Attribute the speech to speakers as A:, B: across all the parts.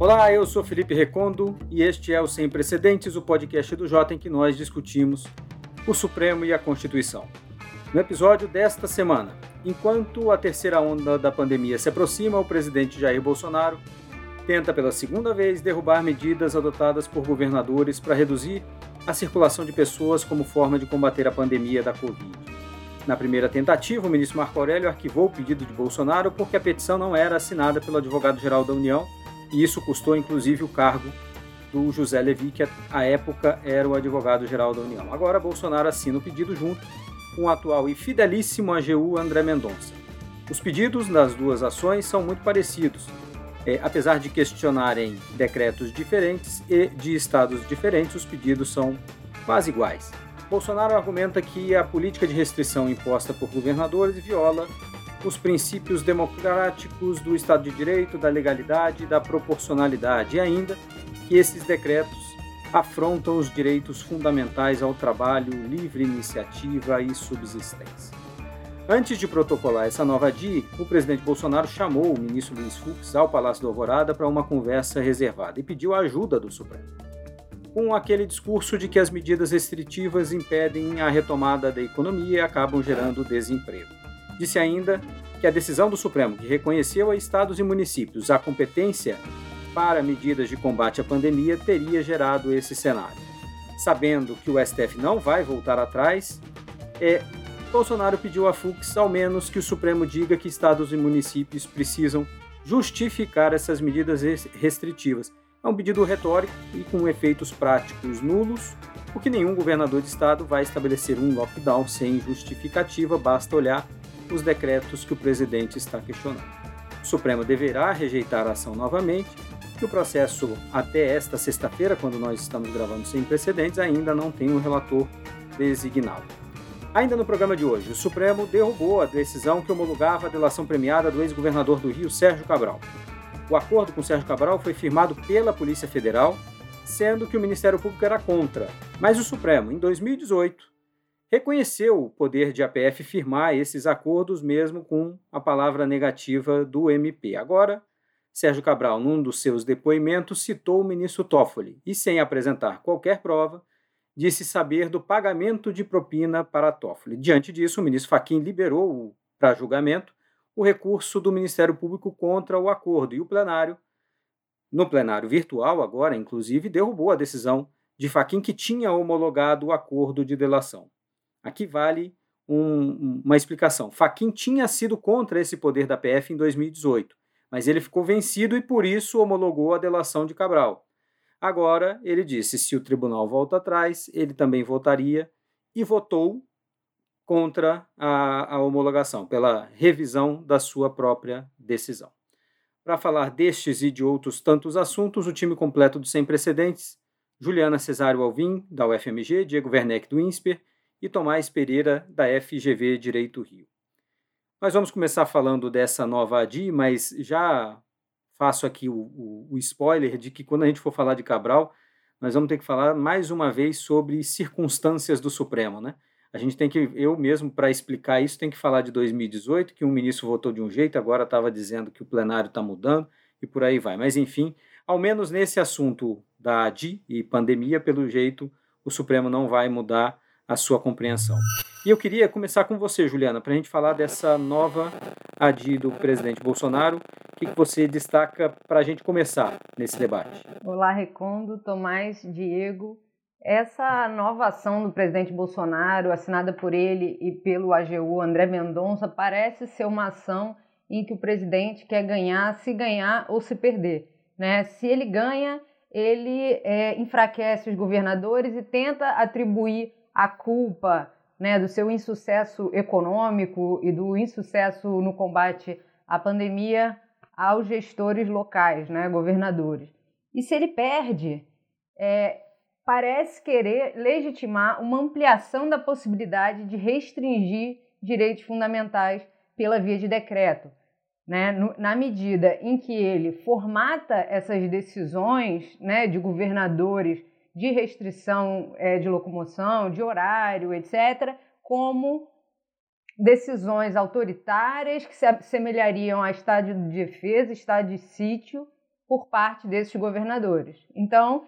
A: Olá, eu sou Felipe Recondo e este é o Sem Precedentes, o podcast do Jota em que nós discutimos o Supremo e a Constituição. No episódio desta semana, enquanto a terceira onda da pandemia se aproxima, o presidente Jair Bolsonaro tenta pela segunda vez derrubar medidas adotadas por governadores para reduzir a circulação de pessoas como forma de combater a pandemia da Covid. Na primeira tentativa, o ministro Marco Aurélio arquivou o pedido de Bolsonaro porque a petição não era assinada pelo advogado-geral da União e isso custou inclusive o cargo do José Levi, que à época era o advogado-geral da União. Agora Bolsonaro assina o pedido junto com o atual e fidelíssimo AGU André Mendonça. Os pedidos das duas ações são muito parecidos, apesar de questionarem decretos diferentes e de estados diferentes, os pedidos são quase iguais. Bolsonaro argumenta que a política de restrição imposta por governadores viola os princípios democráticos do Estado de Direito, da legalidade e da proporcionalidade, e ainda que esses decretos afrontam os direitos fundamentais ao trabalho, livre iniciativa e subsistência. Antes de protocolar essa nova ADI, o presidente Bolsonaro chamou o ministro Luiz Fux ao Palácio do Alvorada para uma conversa reservada e pediu a ajuda do Supremo, com aquele discurso de que as medidas restritivas impedem a retomada da economia e acabam gerando desemprego. Disse ainda que a decisão do Supremo, que reconheceu a estados e municípios a competência para medidas de combate à pandemia, teria gerado esse cenário. Sabendo que o STF não vai voltar atrás, Bolsonaro pediu a Fux, ao menos, que o Supremo diga que estados e municípios precisam justificar essas medidas restritivas. É um pedido retórico e com efeitos práticos nulos, porque nenhum governador de estado vai estabelecer um lockdown sem justificativa, basta olhar os decretos que o presidente está questionando. O Supremo deverá rejeitar a ação novamente, e o processo até esta sexta-feira, quando nós estamos gravando Sem Precedentes, ainda não tem um relator designado. Ainda no programa de hoje, o Supremo derrubou a decisão que homologava a delação premiada do ex-governador do Rio, Sérgio Cabral. O acordo com Sérgio Cabral foi firmado pela Polícia Federal, sendo que o Ministério Público era contra. Mas o Supremo, em 2018, reconheceu o poder de a PF firmar esses acordos mesmo com a palavra negativa do MP. Agora, Sérgio Cabral, num dos seus depoimentos, citou o ministro Toffoli e, sem apresentar qualquer prova, disse saber do pagamento de propina para Toffoli. Diante disso, o ministro Fachin liberou para julgamento o recurso do Ministério Público contra o acordo e o plenário, no plenário virtual agora, inclusive, derrubou a decisão de Fachin que tinha homologado o acordo de delação. Aqui vale uma explicação. Fachin tinha sido contra esse poder da PF em 2018, mas ele ficou vencido e por isso homologou a delação de Cabral. Agora, ele disse, se o tribunal volta atrás, ele também votaria e votou contra a homologação, pela revisão da sua própria decisão. Para falar destes e de outros tantos assuntos, o time completo do Sem Precedentes, Juliana Cesário Alvim, da UFMG, Diego Werneck, do INSPER, e Tomás Pereira, da FGV Direito Rio. Nós vamos começar falando dessa nova ADI, mas já faço aqui o spoiler de que quando a gente for falar de Cabral, nós vamos ter que falar mais uma vez sobre circunstâncias do Supremo, né? A gente tem que, eu mesmo, para explicar isso, tem que falar de 2018, que um ministro votou de um jeito, agora estava dizendo que o plenário está mudando, e por aí vai. Mas, enfim, ao menos nesse assunto da ADI e pandemia, pelo jeito, o Supremo não vai mudar a sua compreensão. E eu queria começar com você, Juliana, para a gente falar dessa nova ADI do presidente Bolsonaro. O que você destaca para a gente começar nesse debate?
B: Olá, Recondo, Tomás, Diego. Essa nova ação do presidente Bolsonaro, assinada por ele e pelo AGU André Mendonça, parece ser uma ação em que o presidente quer ganhar, se ganhar ou se perder, né? Se ele ganha, ele enfraquece os governadores e tenta atribuir a culpa, né, do seu insucesso econômico e do insucesso no combate à pandemia aos gestores locais, né, governadores. E se ele perde, parece querer legitimar uma ampliação da possibilidade de restringir direitos fundamentais pela via de decreto, né, na medida em que ele formata essas decisões, né, de governadores de restrição de locomoção, de horário, etc., como decisões autoritárias que se assemelhariam a estado de defesa, estado de sítio, por parte desses governadores. Então,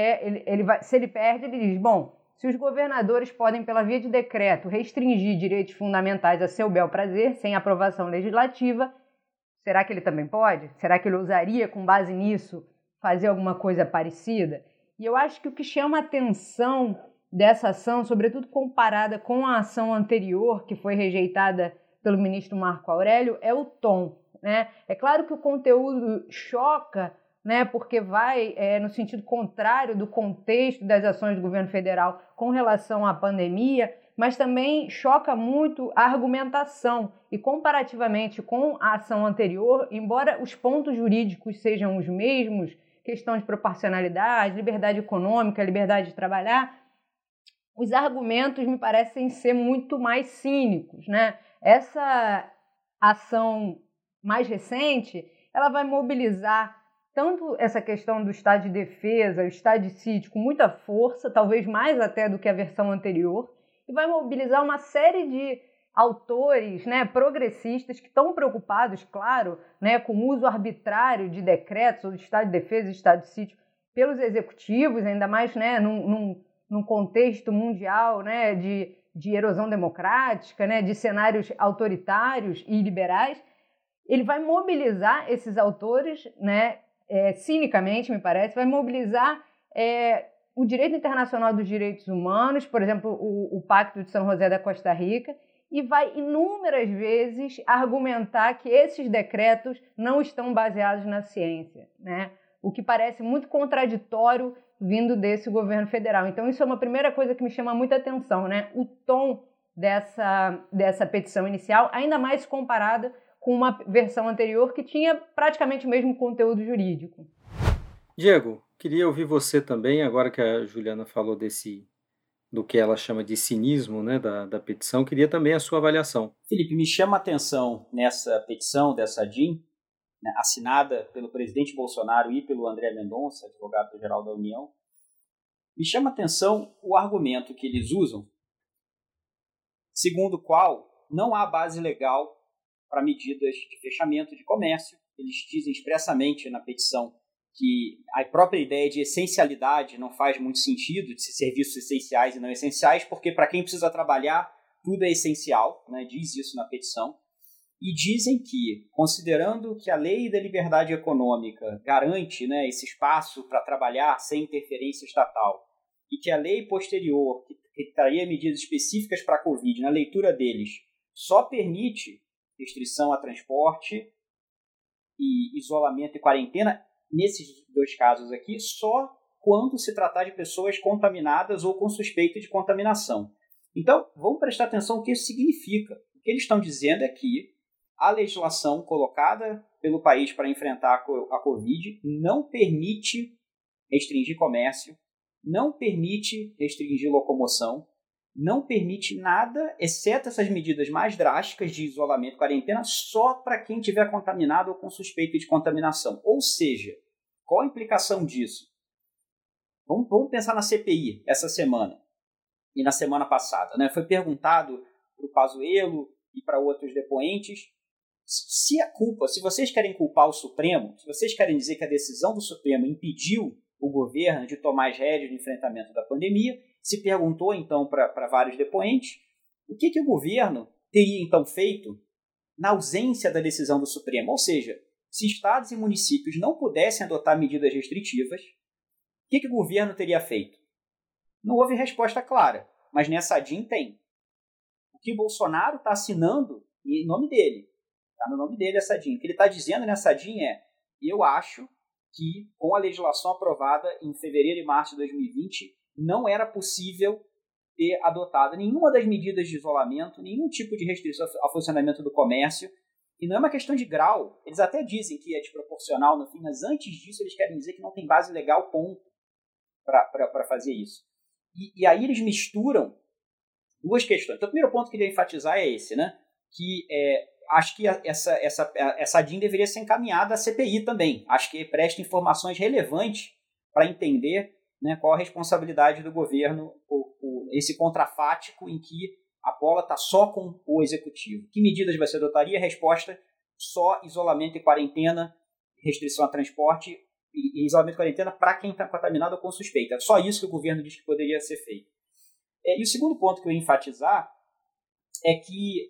B: se ele perde, ele diz, bom, se os governadores podem, pela via de decreto, restringir direitos fundamentais a seu bel prazer, sem aprovação legislativa, será que ele também pode? Será que ele ousaria, com base nisso, fazer alguma coisa parecida? E eu acho que o que chama a atenção dessa ação, sobretudo comparada com a ação anterior, que foi rejeitada pelo ministro Marco Aurélio, é o tom, né? É claro que o conteúdo choca, né, porque vai no sentido contrário do contexto das ações do governo federal com relação à pandemia, mas também choca muito a argumentação. E comparativamente com a ação anterior, embora os pontos jurídicos sejam os mesmos, questão de proporcionalidade, liberdade econômica, liberdade de trabalhar, os argumentos me parecem ser muito mais cínicos, né? Essa ação mais recente, ela vai mobilizar tanto essa questão do estado de defesa, o estado de sítio, com muita força, talvez mais até do que a versão anterior, e vai mobilizar uma série de autores, né, progressistas que estão preocupados, claro, né, com o uso arbitrário de decretos, ou de estado de defesa e estado de sítio, pelos executivos, ainda mais, né, num contexto mundial, né, de erosão democrática, né, de cenários autoritários e liberais. Ele vai mobilizar esses autores, né, cinicamente, me parece, vai mobilizar o direito internacional dos direitos humanos, por exemplo, o Pacto de São José da Costa Rica, e vai inúmeras vezes argumentar que esses decretos não estão baseados na ciência, né? O que parece muito contraditório vindo desse governo federal. Então, isso é uma primeira coisa que me chama muita atenção, né? O tom dessa petição inicial, ainda mais comparada com uma versão anterior que tinha praticamente o mesmo conteúdo jurídico.
A: Diego, queria ouvir você também, agora que a Juliana falou do que ela chama de cinismo, né, da petição, queria também a sua avaliação.
C: Felipe, me chama a atenção nessa petição dessa DIN, né, assinada pelo presidente Bolsonaro e pelo André Mendonça, advogado-geral da União, me chama a atenção o argumento que eles usam, segundo o qual não há base legal para medidas de fechamento de comércio. Eles dizem expressamente na petição que a própria ideia de essencialidade não faz muito sentido, de ser serviços essenciais e não essenciais, porque para quem precisa trabalhar, tudo é essencial, né? Diz isso na petição. E dizem que, considerando que a lei da liberdade econômica garante, né, esse espaço para trabalhar sem interferência estatal, e que a lei posterior, que traria medidas específicas para a Covid, na leitura deles, só permite restrição a transporte e isolamento e quarentena, nesses dois casos aqui, só quando se tratar de pessoas contaminadas ou com suspeita de contaminação. Então, vamos prestar atenção no que isso significa. O que eles estão dizendo é que a legislação colocada pelo país para enfrentar a Covid não permite restringir comércio, não permite restringir locomoção, não permite nada, exceto essas medidas mais drásticas de isolamento e quarentena, só para quem estiver contaminado ou com suspeita de contaminação. Ou seja, qual a implicação disso? Vamos pensar na CPI essa semana e na semana passada, né? Foi perguntado para o Pazuello e para outros depoentes se vocês querem culpar o Supremo, se vocês querem dizer que a decisão do Supremo impediu o governo de tomar as rédeas de enfrentamento da pandemia, se perguntou então para vários depoentes o que o governo teria então feito na ausência da decisão do Supremo. Ou seja, se estados e municípios não pudessem adotar medidas restritivas, o que o governo teria feito? Não houve resposta clara, mas nessa DIN tem. O que Bolsonaro está assinando em nome dele, está no nome dele essa DIN. O que ele está dizendo nessa DIN é: eu acho que com a legislação aprovada em fevereiro e março de 2020 não era possível ter adotado nenhuma das medidas de isolamento, nenhum tipo de restrição ao funcionamento do comércio. E não é uma questão de grau. Eles até dizem que é desproporcional no fim, mas antes disso eles querem dizer que não tem base legal, ponto, para fazer isso. E aí eles misturam duas questões. Então o primeiro ponto que eu queria enfatizar é esse, né? Que acho que essa DIN deveria ser encaminhada à CPI também. Acho que presta informações relevantes para entender, né, qual a responsabilidade do governo por esse contrafático em que a bola está só com o executivo. Que medidas você adotaria? Resposta: só isolamento e quarentena, restrição a transporte e isolamento e quarentena para quem está contaminado ou com suspeita. Só isso que o governo diz que poderia ser feito. E o segundo ponto que eu ia enfatizar é que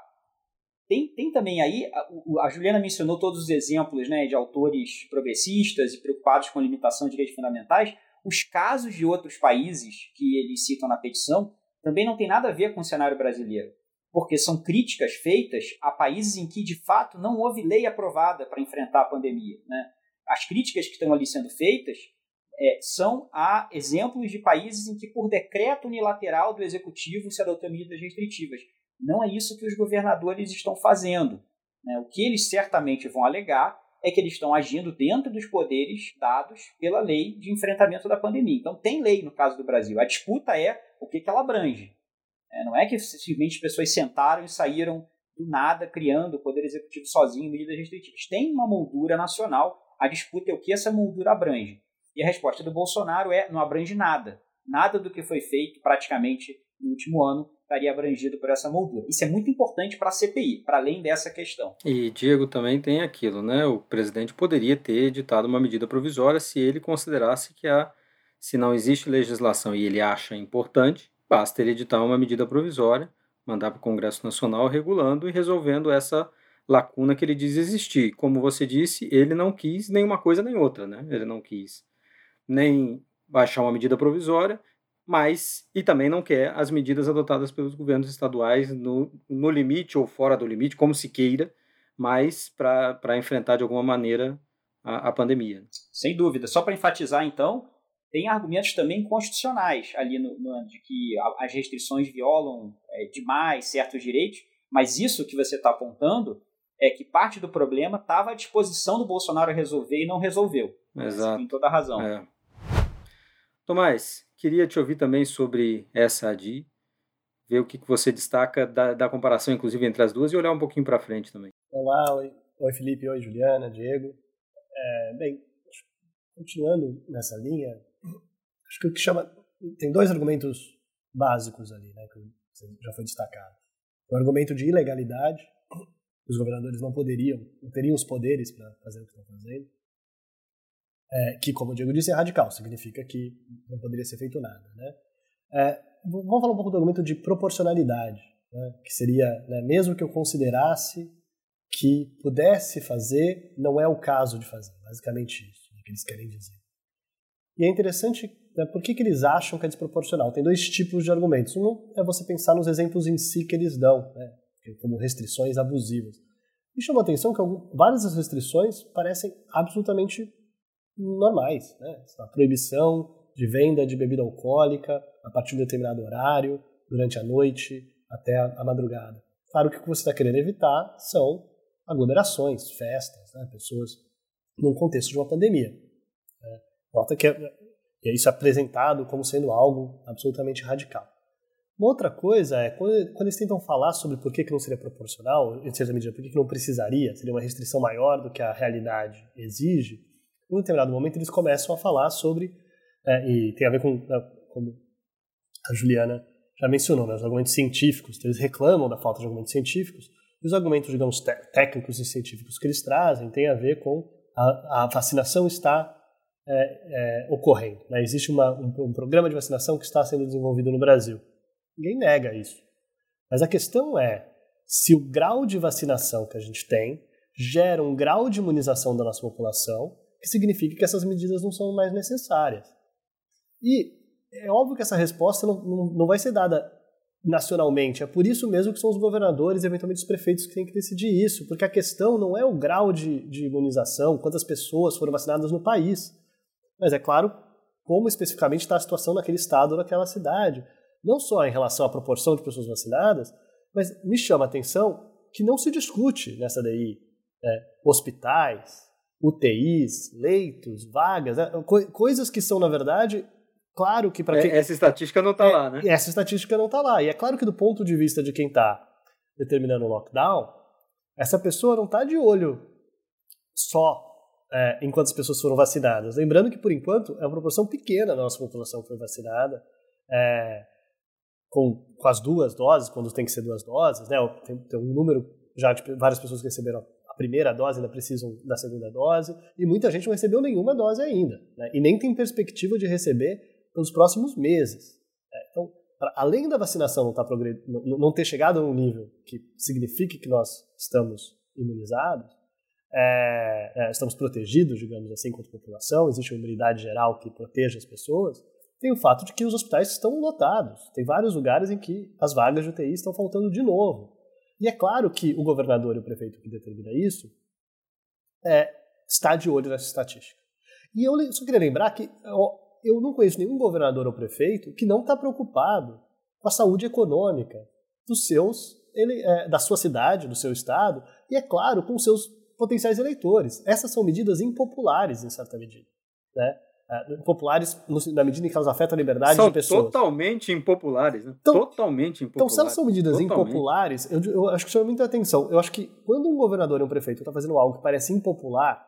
C: tem também aí, a Juliana mencionou todos os exemplos, né, de autores progressistas e preocupados com a limitação de direitos fundamentais. Os casos de outros países que eles citam na petição também não tem nada a ver com o cenário brasileiro, porque são críticas feitas a países em que, de fato, não houve lei aprovada para enfrentar a pandemia, né? As críticas que estão ali sendo feitas são a exemplos de países em que, por decreto unilateral do executivo, se adotam medidas restritivas. Não é isso que os governadores estão fazendo, né? O que eles certamente vão alegar é que eles estão agindo dentro dos poderes dados pela lei de enfrentamento da pandemia. Então, tem lei no caso do Brasil. A disputa é o que ela abrange. Não é que simplesmente as pessoas sentaram e saíram do nada criando o poder executivo sozinho, medidas restritivas. Tem uma moldura nacional. A disputa é o que essa moldura abrange. E a resposta do Bolsonaro não abrange nada. Nada do que foi feito praticamente no último ano estaria abrangido por essa moldura. Isso é muito importante para a CPI, para além dessa questão.
A: E, Diego, também tem aquilo, né? O presidente poderia ter editado uma medida provisória se ele considerasse que se não existe legislação e ele acha importante, basta ele editar uma medida provisória, mandar para o Congresso Nacional regulando e resolvendo essa lacuna que ele diz existir. Como você disse, ele não quis nem uma coisa nem outra, né? Ele não quis nem baixar uma medida provisória, e também não quer as medidas adotadas pelos governos estaduais no limite ou fora do limite, como se queira, mas para enfrentar de alguma maneira a pandemia.
C: Sem dúvida. Só para enfatizar, então, tem argumentos também constitucionais ali de que as restrições violam demais certos direitos, mas isso que você está apontando é que parte do problema estava à disposição do Bolsonaro resolver e não resolveu.
A: Exato.
C: Tem toda a razão.
A: Tomás, queria te ouvir também sobre essa ADI, ver o que você destaca da comparação, inclusive, entre as duas e olhar um pouquinho para frente também.
D: Olá, oi Felipe, oi Juliana, Diego. Bem, continuando nessa linha, acho que o que chama... Tem dois argumentos básicos ali, né, que já foi destacado. O argumento de ilegalidade, os governadores não teriam os poderes para fazer o que estão fazendo, que, como o Diego disse, é radical, significa que não poderia ser feito nada, né? Vamos falar um pouco do argumento de proporcionalidade, né? Que seria, né, mesmo que eu considerasse que pudesse fazer, não é o caso de fazer, basicamente isso, né, que eles querem dizer. E é interessante, né, por que eles acham que é desproporcional? Tem dois tipos de argumentos. Um é você pensar nos exemplos em si que eles dão, né, como restrições abusivas. E chama a atenção que várias das restrições parecem absolutamente normais, né? A proibição de venda de bebida alcoólica a partir de um determinado horário, durante a noite até a madrugada. Claro que o que você está querendo evitar são aglomerações, festas, né? Pessoas num contexto de uma pandemia. Né? Nota que isso é apresentado como sendo algo absolutamente radical. Uma outra coisa é, quando eles tentam falar sobre por que não seria proporcional, em certa medida, por que não precisaria, seria uma restrição maior do que a realidade exige, em um determinado momento eles começam a falar sobre, e tem a ver com, como a Juliana já mencionou, né, os argumentos científicos. Então eles reclamam da falta de argumentos científicos, e os argumentos, digamos, técnicos e científicos que eles trazem tem a ver com a vacinação está ocorrendo. Né? Existe um programa de vacinação que está sendo desenvolvido no Brasil. Ninguém nega isso. Mas a questão é se o grau de vacinação que a gente tem gera um grau de imunização da nossa população que significa que essas medidas não são mais necessárias. E é óbvio que essa resposta não vai ser dada nacionalmente. É por isso mesmo que são os governadores e eventualmente os prefeitos que têm que decidir isso, porque a questão não é o grau de imunização, quantas pessoas foram vacinadas no país, mas é claro como especificamente está a situação naquele estado ou naquela cidade. Não só em relação à proporção de pessoas vacinadas, mas me chama a atenção que não se discute nessa DI hospitais, UTIs, leitos, vagas, coisas que são, na verdade, claro que para quem...
A: Essa estatística não está lá, né?
D: Essa estatística não está lá. E é claro que do ponto de vista de quem está determinando o lockdown, essa pessoa não está de olho só em quantas pessoas foram vacinadas. Lembrando que, por enquanto, é uma proporção pequena da nossa população que foi vacinada, com as 2 doses, quando tem que ser 2 doses, né? Tem um número já de várias pessoas que receberam a primeira dose ainda precisam da segunda dose, e muita gente não recebeu nenhuma dose ainda, né? E nem tem perspectiva de receber pelos próximos meses. Né? Então, além da vacinação não ter chegado a um nível que signifique que nós estamos imunizados, estamos protegidos, digamos assim, contra a população, existe uma imunidade geral que proteja as pessoas, tem o fato de que os hospitais estão lotados. Tem vários lugares em que as vagas de UTI estão faltando de novo. E é claro que o governador e o prefeito que determina isso está de olho nessa estatística. E eu só queria lembrar que eu não conheço nenhum governador ou prefeito que não está preocupado com a saúde econômica da sua cidade, do seu estado, e, é claro, com os seus potenciais eleitores. Essas são medidas impopulares, em certa medida, né? Populares na medida em que elas afetam a liberdade de pessoas.
A: São totalmente impopulares, né? Totalmente impopulares.
D: Então, se elas são medidas impopulares, eu acho que chama muita atenção. Eu acho que quando um governador e um prefeito está fazendo algo que parece impopular,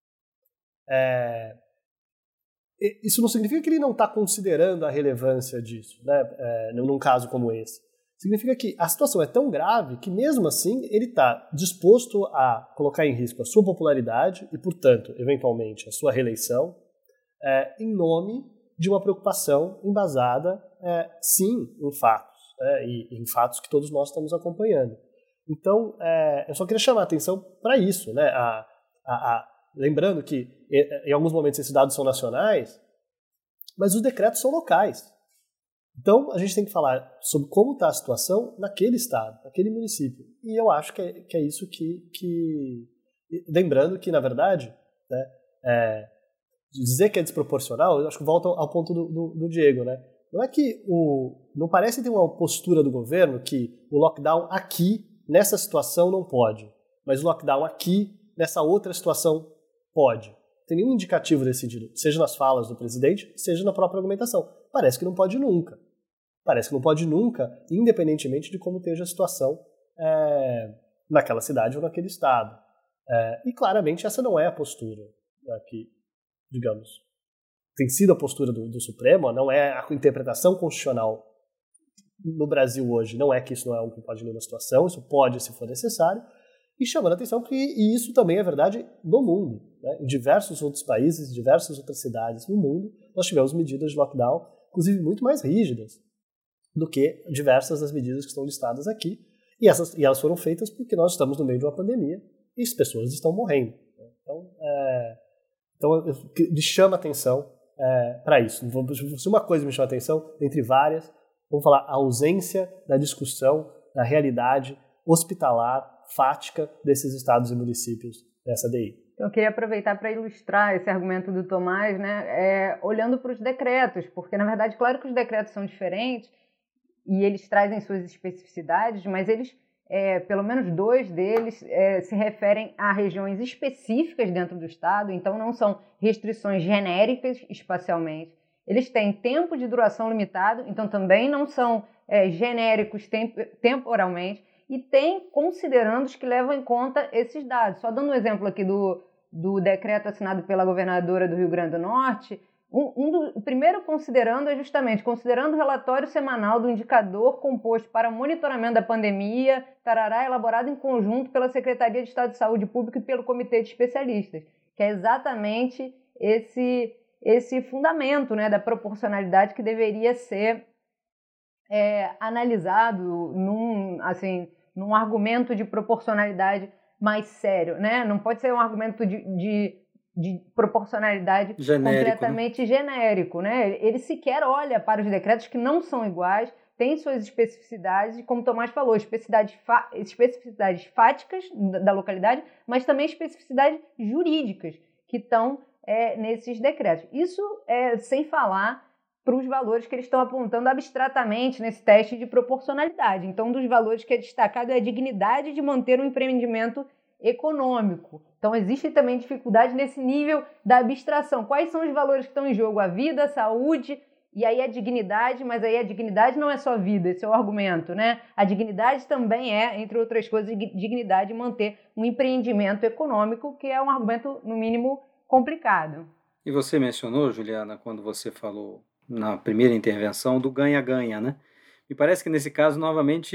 D: isso não significa que ele não está considerando a relevância disso, né? Num caso como esse. Significa que a situação é tão grave que, mesmo assim, ele está disposto a colocar em risco a sua popularidade e, portanto, eventualmente, a sua reeleição, em nome de uma preocupação embasada, sim, em fatos, e em fatos que todos nós estamos acompanhando. Então, eu só queria chamar a atenção para isso, né? Lembrando que, em alguns momentos, esses dados são nacionais, mas os decretos são locais. Então, a gente tem que falar sobre como está a situação naquele estado, naquele município. E eu acho que é isso que... Lembrando que, na verdade, né, dizer que é desproporcional, eu acho que volta ao ponto do Diego, né? Não é que não parece ter uma postura do governo que o lockdown aqui, nessa situação, não pode, mas o lockdown aqui, nessa outra situação, pode. Não tem nenhum indicativo desse sentido, seja nas falas do presidente, seja na própria argumentação. Parece que não pode nunca. Parece que não pode nunca, independentemente de como esteja a situação naquela cidade ou naquele estado. E claramente essa não é a postura que, digamos, tem sido a postura do Supremo, não é a interpretação constitucional no Brasil hoje, não é que isso não é algo que pode em nenhuma situação, isso pode se for necessário, e chamando a atenção que isso também é verdade no mundo. Né? Em diversos outros países, em diversas outras cidades no mundo, nós tivemos medidas de lockdown, inclusive muito mais rígidas do que diversas das medidas que estão listadas aqui, e elas foram feitas porque nós estamos no meio de uma pandemia e as pessoas estão morrendo. Então me chama atenção para isso. Se uma coisa me chama atenção, entre várias, vamos falar a ausência da discussão da realidade hospitalar, fática desses estados e municípios nessa DI.
B: Então, eu queria aproveitar para ilustrar esse argumento do Tomás, né, olhando para os decretos, porque, na verdade, claro que os decretos são diferentes e eles trazem suas especificidades, mas eles, pelo menos 2 deles, se referem a regiões específicas dentro do Estado, então não são restrições genéricas espacialmente. Eles têm tempo de duração limitado, então também não são genéricos temporalmente, e tem considerandos que levam em conta esses dados. Só dando um exemplo aqui do decreto assinado pela governadora do Rio Grande do Norte, o primeiro considerando é justamente considerando o relatório semanal do indicador composto para monitoramento da pandemia, elaborado em conjunto pela Secretaria de Estado de Saúde Pública e pelo Comitê de Especialistas, que é exatamente esse fundamento, né, da proporcionalidade que deveria ser analisado num argumento de proporcionalidade mais sério, né? Não pode ser um argumento de proporcionalidade completamente genérico, né? Ele sequer olha para os decretos que não são iguais, têm suas especificidades, e como o Tomás falou, especificidades fáticas da localidade, mas também especificidades jurídicas que estão nesses decretos. Isso sem falar para os valores que eles estão apontando abstratamente nesse teste de proporcionalidade. Então, um dos valores que é destacado é a dignidade de manter um empreendimento econômico. Então, existe também dificuldade nesse nível da abstração. Quais são os valores que estão em jogo? A vida, a saúde, e aí a dignidade, mas aí a dignidade não é só vida, esse é o argumento, né? A dignidade também entre outras coisas, dignidade de manter um empreendimento econômico, que é um argumento, no mínimo, complicado.
A: E você mencionou, Juliana, quando você falou na primeira intervenção do ganha-ganha, né? Me parece que nesse caso, novamente,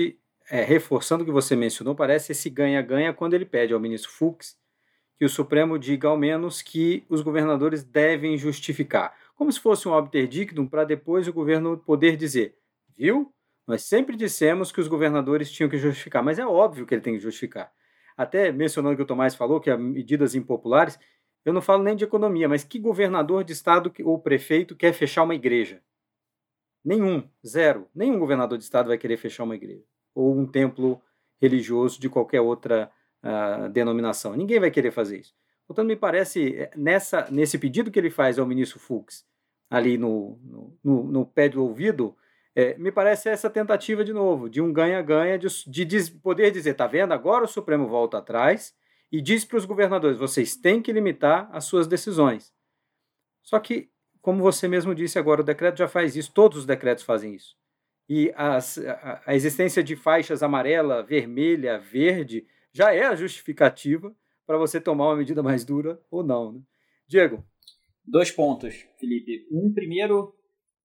A: reforçando o que você mencionou, parece esse ganha-ganha quando ele pede ao ministro Fux que o Supremo diga ao menos que os governadores devem justificar, como se fosse um obter dictum para depois o governo poder dizer, viu? Nós sempre dissemos que os governadores tinham que justificar, mas é óbvio que ele tem que justificar. Até mencionando o que o Tomás falou, que há medidas impopulares, eu não falo nem de economia, mas que governador de estado ou prefeito quer fechar uma igreja? Nenhum, zero. Nenhum governador de estado vai querer fechar uma igreja ou um templo religioso de qualquer outra denominação. Ninguém vai querer fazer isso. Portanto, me parece, nesse pedido que ele faz ao ministro Fux, ali no pé do ouvido, me parece essa tentativa de novo, de um ganha-ganha, de poder dizer, tá vendo, agora o Supremo volta atrás e diz para os governadores, vocês têm que limitar as suas decisões. Só que, como você mesmo disse agora, o decreto já faz isso, todos os decretos fazem isso. E a existência de faixas amarela, vermelha, verde, já é a justificativa para você tomar uma medida mais dura ou não. Né? Diego?
C: 2 pontos, Felipe. Primeiro,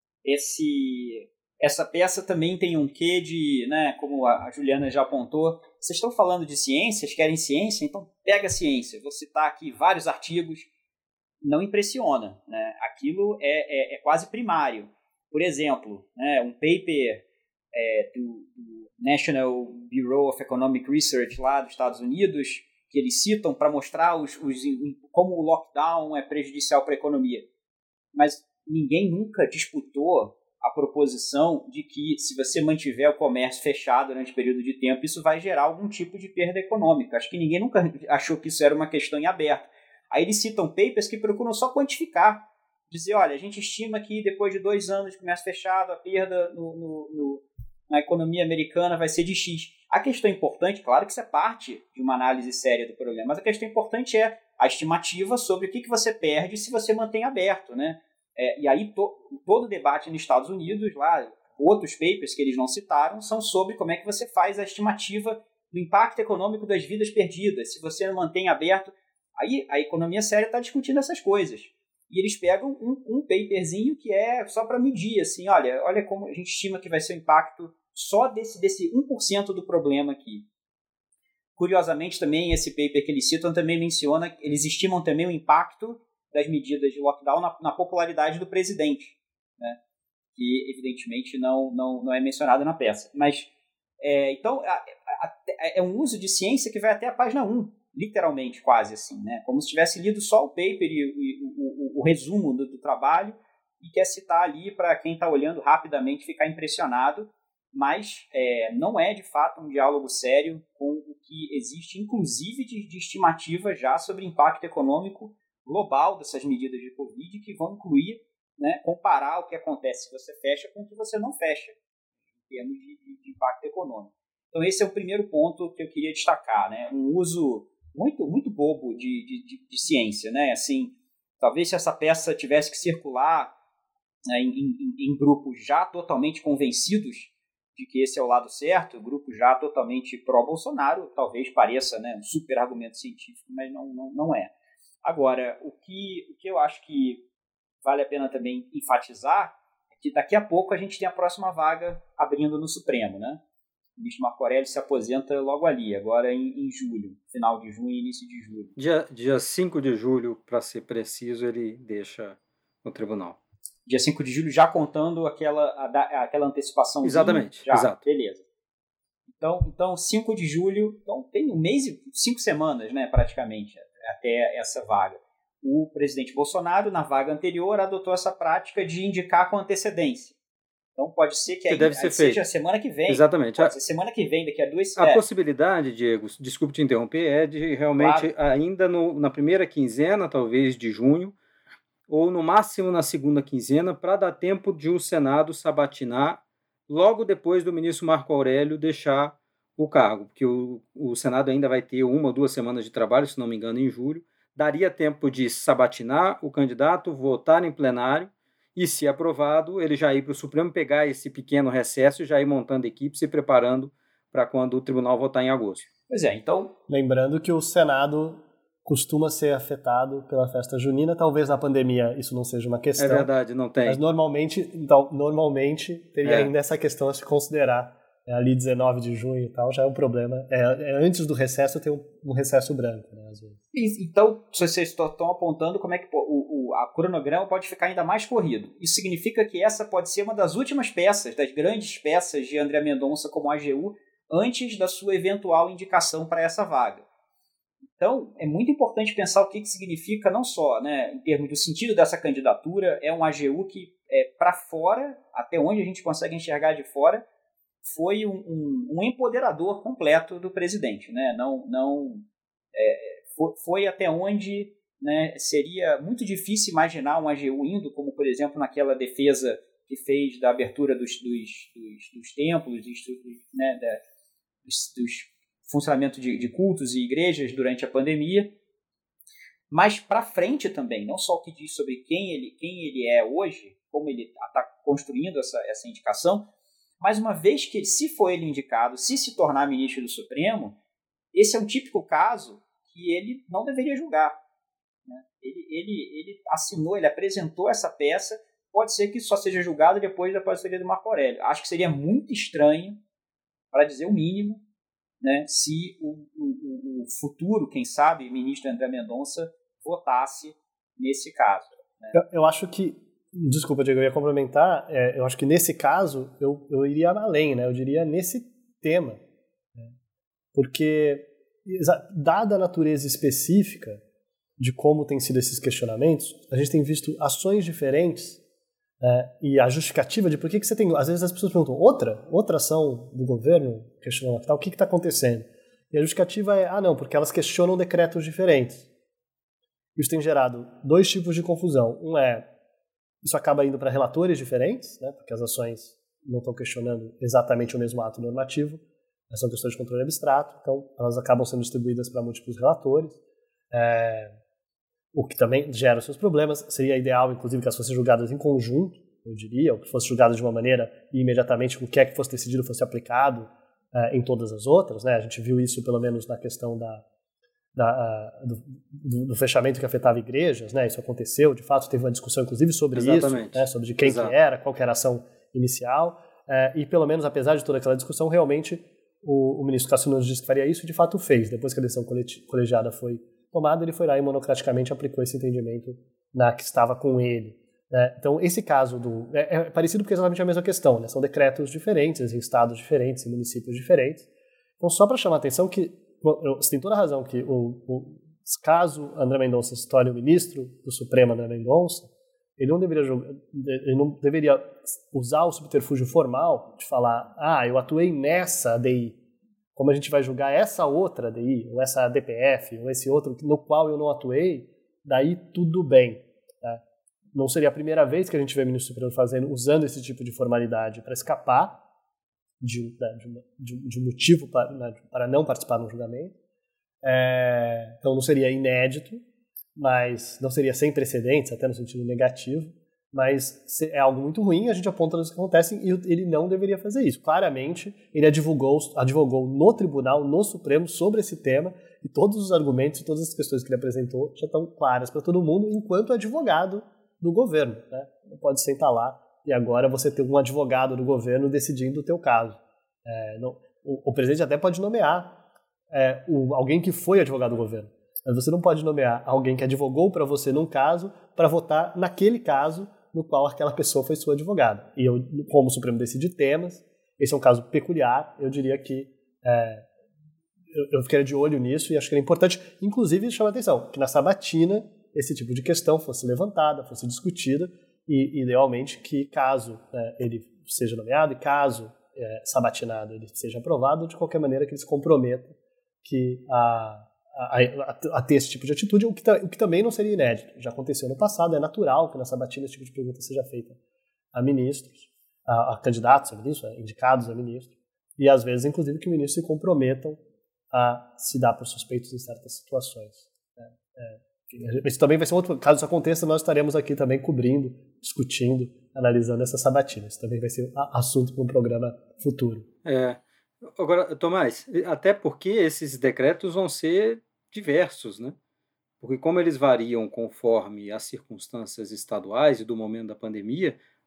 C: essa peça também tem um quê de, né, como a Juliana já apontou, vocês estão falando de ciências, querem ciência? Então pega a ciência. Vou citar aqui vários artigos, não impressiona. Né? Aquilo é quase primário. Por exemplo, né, um paper do National Bureau of Economic Research lá dos Estados Unidos, que eles citam para mostrar como o lockdown é prejudicial para a economia. Mas ninguém nunca disputou a proposição de que se você mantiver o comércio fechado durante um período de tempo, isso vai gerar algum tipo de perda econômica. Acho que ninguém nunca achou que isso era uma questão em aberto. Aí eles citam papers que procuram só quantificar. Dizer, olha, a gente estima que depois de 2 anos de comércio fechado, a perda na economia americana vai ser de X. A questão importante, claro que isso é parte de uma análise séria do problema, mas a questão importante é a estimativa sobre o que você perde se você mantém aberto. Né? E aí todo o debate nos Estados Unidos, lá, outros papers que eles não citaram, são sobre como é que você faz a estimativa do impacto econômico das vidas perdidas. Se você não mantém aberto, aí a economia séria está discutindo essas coisas. E eles pegam um paperzinho que é só para medir, assim, olha como a gente estima que vai ser o impacto só desse 1% do problema aqui. Curiosamente, também, esse paper que eles citam também menciona, eles estimam também o impacto das medidas de lockdown na popularidade do presidente, né? Que, evidentemente, não é mencionado na peça. Mas, então, é um uso de ciência que vai até a página 1. Literalmente, quase assim, né? Como se tivesse lido só o paper e o resumo do trabalho e quer citar ali para quem está olhando rapidamente ficar impressionado, mas não é de fato um diálogo sério com o que existe, inclusive de estimativa já sobre impacto econômico global dessas medidas de Covid, que vão incluir, né, comparar o que acontece se você fecha com o que você não fecha, em termos de impacto econômico. Então esse é o primeiro ponto que eu queria destacar, né? Um uso muito, muito bobo de ciência, né? Assim, talvez se essa peça tivesse que circular, né, em grupos já totalmente convencidos de que esse é o lado certo, grupos já totalmente pró-Bolsonaro, talvez pareça, né, um super argumento científico, mas não é. Agora, o que eu acho que vale a pena também enfatizar é que daqui a pouco a gente tem a próxima vaga abrindo no Supremo, né? O ministro Marco Aurélio se aposenta logo ali, agora em julho, final de junho e início de julho.
A: Dia 5 de julho, para ser preciso, ele deixa o tribunal.
C: Dia 5 de julho, já contando aquela antecipação.
A: Exatamente,
C: já,
A: exato.
C: Beleza. Então, 5 de julho, então tem 1 mês e 5 semanas, né, praticamente, até essa vaga. O presidente Bolsonaro, na vaga anterior, adotou essa prática de indicar com antecedência. Então pode ser que
A: deve ser
C: seja semana que vem.
A: Exatamente.
C: Pode ser semana que vem, daqui a 2
A: semanas. A possibilidade, Diego, desculpe te interromper, é de realmente ainda na primeira quinzena, talvez, de junho, ou no máximo na segunda quinzena, para dar tempo de o Senado sabatinar logo depois do ministro Marco Aurélio deixar o cargo, porque o Senado ainda vai ter 1 ou 2 semanas de trabalho, se não me engano, em julho. Daria tempo de sabatinar o candidato, votar em plenário, e, se aprovado, ele já ir para o Supremo, pegar esse pequeno recesso e já ir montando equipe, se preparando para quando o tribunal votar em agosto.
C: Pois é, então...
D: Lembrando que o Senado costuma ser afetado pela festa junina, talvez na pandemia isso não seja uma questão.
A: É verdade, não tem.
D: Mas normalmente teria ainda essa questão a se considerar ali 19 de junho e tal, já é um problema. Antes do recesso ter um recesso branco, né, às vezes.
C: Então, se vocês estão apontando como é que a cronograma pode ficar ainda mais corrido. Isso significa que essa pode ser uma das últimas peças, das grandes peças de André Mendonça como AGU, antes da sua eventual indicação para essa vaga. Então, é muito importante pensar o que significa, não só, né, em termos do sentido dessa candidatura, é um AGU que, para fora, até onde a gente consegue enxergar de fora, foi um empoderador completo do presidente. Né? Foi até onde, né, seria muito difícil imaginar um AGU indo, como, por exemplo, naquela defesa que fez da abertura dos templos, né, dos funcionamento de cultos e igrejas durante a pandemia, mas para frente também, não só o que diz sobre quem ele é hoje, como ele está construindo essa indicação, mas uma vez que, se for ele indicado, se tornar ministro do Supremo, esse é um típico caso que ele não deveria julgar. Né? Ele assinou, ele apresentou essa peça, pode ser que só seja julgado depois da aposentadoria do Marco Aurélio. Acho que seria muito estranho, para dizer o mínimo, né, se o futuro, quem sabe, ministro André Mendonça votasse nesse caso. Né?
D: Eu acho que, desculpa, Diego, eu ia complementar, eu acho que nesse caso eu iria além, né, eu diria nesse tema, né, porque dada a natureza específica de como tem sido esses questionamentos, a gente tem visto ações diferentes, e a justificativa de por que você tem... Às vezes as pessoas perguntam, outra ação do governo questionando o que está acontecendo? E a justificativa é, não, porque elas questionam decretos diferentes. Isso tem gerado dois tipos de confusão. Um isso acaba indo para relatores diferentes, né, porque as ações não estão questionando exatamente o mesmo ato normativo, são questões de controle abstrato, então elas acabam sendo distribuídas para múltiplos relatores, o que também gera seus problemas. Seria ideal, inclusive, que elas fossem julgadas em conjunto, eu diria, ou que fossem julgadas de uma maneira e imediatamente o que é que fosse decidido fosse aplicado em todas as outras. Né? A gente viu isso, pelo menos, na questão do fechamento que afetava igrejas. Né? Isso aconteceu, de fato, teve uma discussão, inclusive, sobre
A: Exatamente.
D: isso, né? Sobre de quem que era, qual que era a ação inicial, e, pelo menos, apesar de toda aquela discussão, realmente o ministro Cássio Nunes disse que faria isso e, de fato, fez. Depois que a decisão colegiada foi tomado, ele foi lá e monocraticamente aplicou esse entendimento na que estava com ele. Né? Então, esse caso é parecido porque é exatamente a mesma questão. Né? São decretos diferentes, em estados diferentes, em municípios diferentes. Então, só para chamar a atenção que você tem toda a razão que caso André Mendonça se torne o ministro do Supremo André Mendonça, ele não deveria usar o subterfúgio formal de falar, eu atuei nessa ADI, como a gente vai julgar essa outra ADI, ou essa DPF, ou esse outro no qual eu não atuei, daí tudo bem. Tá? Não seria a primeira vez que a gente vê o ministro Supremo usando esse tipo de formalidade para escapar de um motivo para não participar no julgamento. Então não seria inédito, mas não seria sem precedentes, até no sentido negativo, mas é algo muito ruim, a gente aponta as coisas que acontecem e ele não deveria fazer isso. Claramente, ele advogou no tribunal, no Supremo, sobre esse tema, e todos os argumentos e todas as questões que ele apresentou já estão claras para todo mundo, enquanto advogado do governo. Né? Não pode sentar lá e agora você ter um advogado do governo decidindo o teu caso. O presidente até pode nomear alguém que foi advogado do governo, mas você não pode nomear alguém que advogou para você num caso para votar naquele caso no qual aquela pessoa foi sua advogada. E como o Supremo decide temas, esse é um caso peculiar, eu diria que eu ficaria de olho nisso e acho que é importante, inclusive, chamar a atenção, que na sabatina esse tipo de questão fosse levantada, fosse discutida, e idealmente que caso ele seja nomeado e caso sabatinado ele seja aprovado, de qualquer maneira que ele se comprometa que a ter esse tipo de atitude, o que também não seria inédito. Já aconteceu no passado, é natural que na sabatina esse tipo de pergunta seja feita a ministros, a candidatos a ministros, indicados a ministros, e às vezes, inclusive, que ministros se comprometam a se dar por suspeitos em certas situações. Isso também vai ser outro, caso isso aconteça, nós estaremos aqui também cobrindo, discutindo, analisando essa sabatina. Isso também vai ser assunto para um programa futuro.
A: Agora, Tomás, até porque esses decretos vão ser diversos, né? Porque como eles variam conforme as circunstâncias estaduais e do momento da pandemia,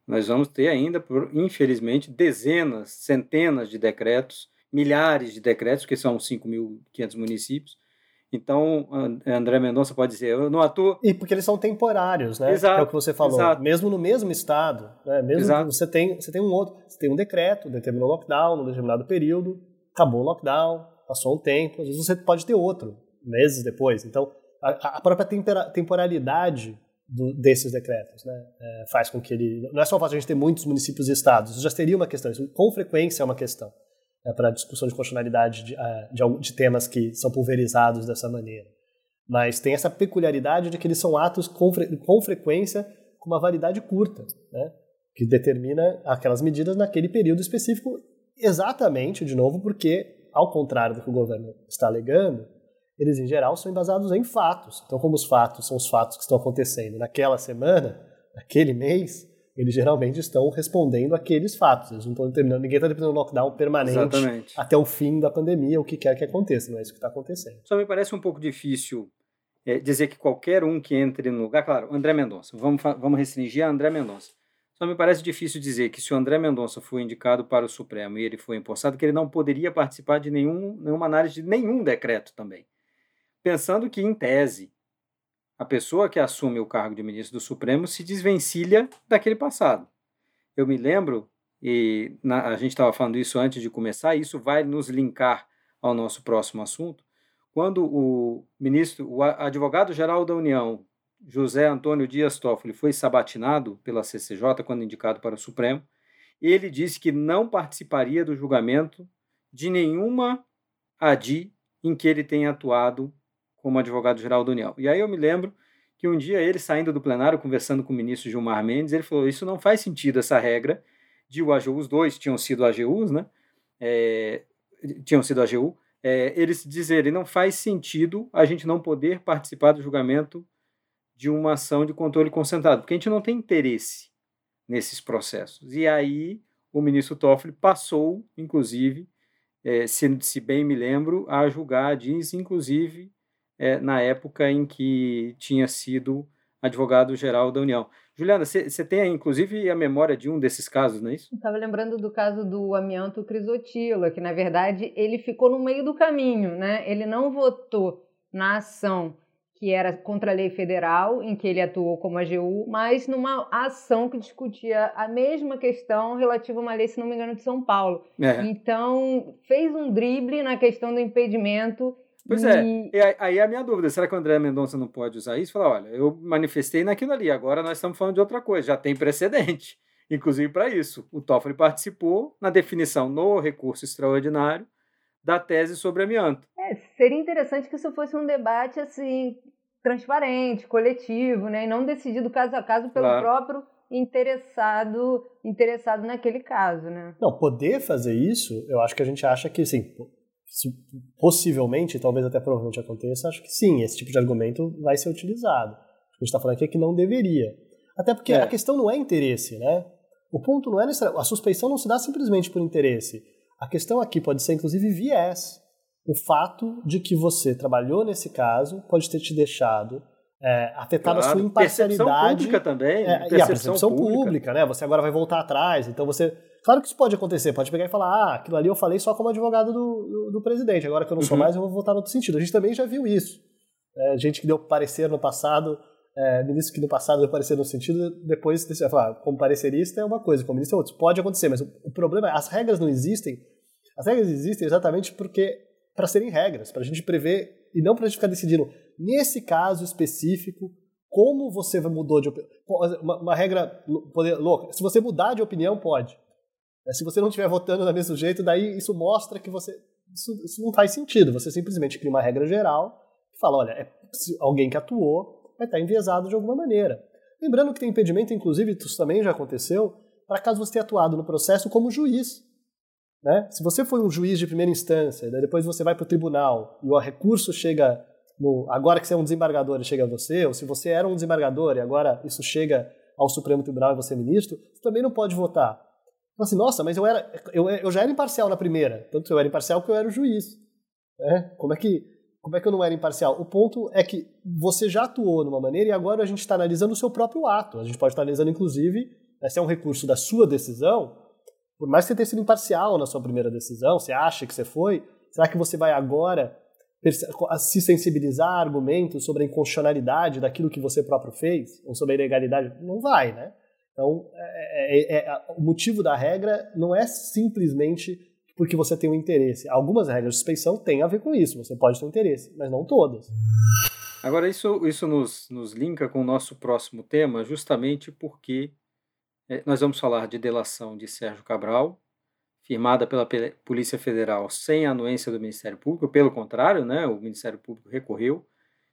A: Nós vamos ter ainda, infelizmente, dezenas, centenas de decretos, milhares de decretos, que são 5.500 municípios. Então, André Mendonça pode dizer, eu não atuo...
D: E porque eles são temporários, né?
A: Exato,
D: é o que você falou.
A: Exato.
D: Mesmo no mesmo estado, né? Mesmo que você tem um decreto, determinou lockdown num determinado período, acabou o lockdown, passou um tempo, às vezes você pode ter outro, meses depois. Então, a própria temporalidade desses decretos, né? Faz com que ele... Não é só o fato de a gente ter muitos municípios e estados, isso já seria uma questão, isso com frequência é uma questão. Para a discussão de constitucionalidade de temas que são pulverizados dessa maneira. Mas tem essa peculiaridade de que eles são atos com frequência com uma validade curta, né? Que determina aquelas medidas naquele período específico, exatamente, de novo, porque, ao contrário do que o governo está alegando, eles, em geral, são embasados em fatos. Então, como os fatos são os fatos que estão acontecendo naquela semana, naquele mês, eles geralmente estão respondendo àqueles fatos. Eles não estão determinando, ninguém está determinando um lockdown permanente
A: Exatamente.
D: Até o fim da pandemia, o que quer que aconteça, não é isso que está acontecendo.
A: Só me parece um pouco difícil dizer que qualquer um que entre no lugar... Claro, André Mendonça, vamos restringir a André Mendonça. Só me parece difícil dizer que se o André Mendonça foi indicado para o Supremo e ele foi empossado, que ele não poderia participar de nenhuma análise de nenhum decreto também. Pensando que, em tese, a pessoa que assume o cargo de ministro do Supremo se desvencilha daquele passado. Eu me lembro, a gente estava falando isso antes de começar, e isso vai nos linkar ao nosso próximo assunto, quando o advogado-geral da União, José Antônio Dias Toffoli, foi sabatinado pela CCJ quando indicado para o Supremo, ele disse que não participaria do julgamento de nenhuma ADI em que ele tenha atuado como advogado-geral da União. E aí eu me lembro que um dia ele, saindo do plenário, conversando com o ministro Gilmar Mendes, ele falou, isso não faz sentido, essa regra de o AGU, os dois tinham sido AGUs, né? Eles dizerem, não faz sentido a gente não poder participar do julgamento de uma ação de controle concentrado, porque a gente não tem interesse nesses processos. E aí o ministro Toffoli passou, inclusive, se bem me lembro, a julgar ADIs, inclusive na época em que tinha sido advogado-geral da União. Juliana, você tem, inclusive, a memória de um desses casos, não é isso?
B: Estava lembrando do caso do amianto Crisotila, que, na verdade, ele ficou no meio do caminho, né? Ele não votou na ação que era contra a lei federal, em que ele atuou como AGU, mas numa ação que discutia a mesma questão relativa a uma lei, se não me engano, de São Paulo. Então, fez um drible na questão do impedimento.
A: Pois aí a minha dúvida, será que o André Mendonça não pode usar isso? Falar, olha, eu manifestei naquilo ali, agora nós estamos falando de outra coisa, já tem precedente, inclusive para isso. O Toffoli participou na definição no recurso extraordinário da tese sobre amianto.
B: Seria interessante que isso fosse um debate assim, transparente, coletivo, né, e não decidido caso a caso pelo próprio interessado naquele caso. Né?
D: Não, poder fazer isso, eu acho que a gente acha que, sim, possivelmente, talvez até provavelmente aconteça, acho que sim, esse tipo de argumento vai ser utilizado. O que a gente está falando aqui é que não deveria. Até porque a questão não é interesse, né? O ponto não é necessário. A suspeição não se dá simplesmente por interesse. A questão aqui pode ser, inclusive, viés. O fato de que você trabalhou nesse caso pode ter te deixado afetado a sua imparcialidade.
A: Percepção pública também.
D: E a percepção pública, né? Você agora vai voltar atrás, então você... Claro que isso pode acontecer, pode pegar e falar, aquilo ali eu falei só como advogado do presidente, agora que eu não sou mais, eu vou votar no outro sentido. A gente também já viu isso. Gente que deu parecer no passado, ministro que no passado deu parecer no sentido, depois vai falar, como parecerista é uma coisa, como ministro é outra. Pode acontecer, mas o problema é, as regras não existem. As regras existem exatamente para serem regras, para a gente prever, e não para a gente ficar decidindo, nesse caso específico, como você mudou de opinião. Uma regra louca, se você mudar de opinião, pode. Se você não estiver votando do mesmo jeito, daí isso mostra que isso não faz sentido. Você simplesmente cria uma regra geral e fala, olha, alguém que atuou vai estar enviesado de alguma maneira. Lembrando que tem impedimento, inclusive, isso também já aconteceu, para caso você tenha atuado no processo como juiz. Né? Se você foi um juiz de primeira instância, daí depois você vai para o tribunal e o recurso chega, agora que você é um desembargador e chega a você, ou se você era um desembargador e agora isso chega ao Supremo Tribunal e você é ministro, você também não pode votar. Então, assim, nossa, mas eu já era imparcial na primeira. Tanto eu era imparcial que eu era o juiz. Como é que eu não era imparcial? O ponto é que você já atuou de uma maneira e agora a gente está analisando o seu próprio ato. A gente pode estar analisando, inclusive, Né? Se é um recurso da sua decisão, por mais que você tenha sido imparcial na sua primeira decisão, você acha que você foi, será que você vai agora se sensibilizar a argumentos sobre a inconstitucionalidade daquilo que você próprio fez, ou sobre a ilegalidade? Não vai, né? Então, o motivo da regra não é simplesmente porque você tem um interesse. Algumas regras de suspeição têm a ver com isso, você pode ter um interesse, mas não todas.
A: Agora, isso nos linka com o nosso próximo tema, justamente porque nós vamos falar de delação de Sérgio Cabral, firmada pela Polícia Federal sem a anuência do Ministério Público. Pelo contrário, né, o Ministério Público recorreu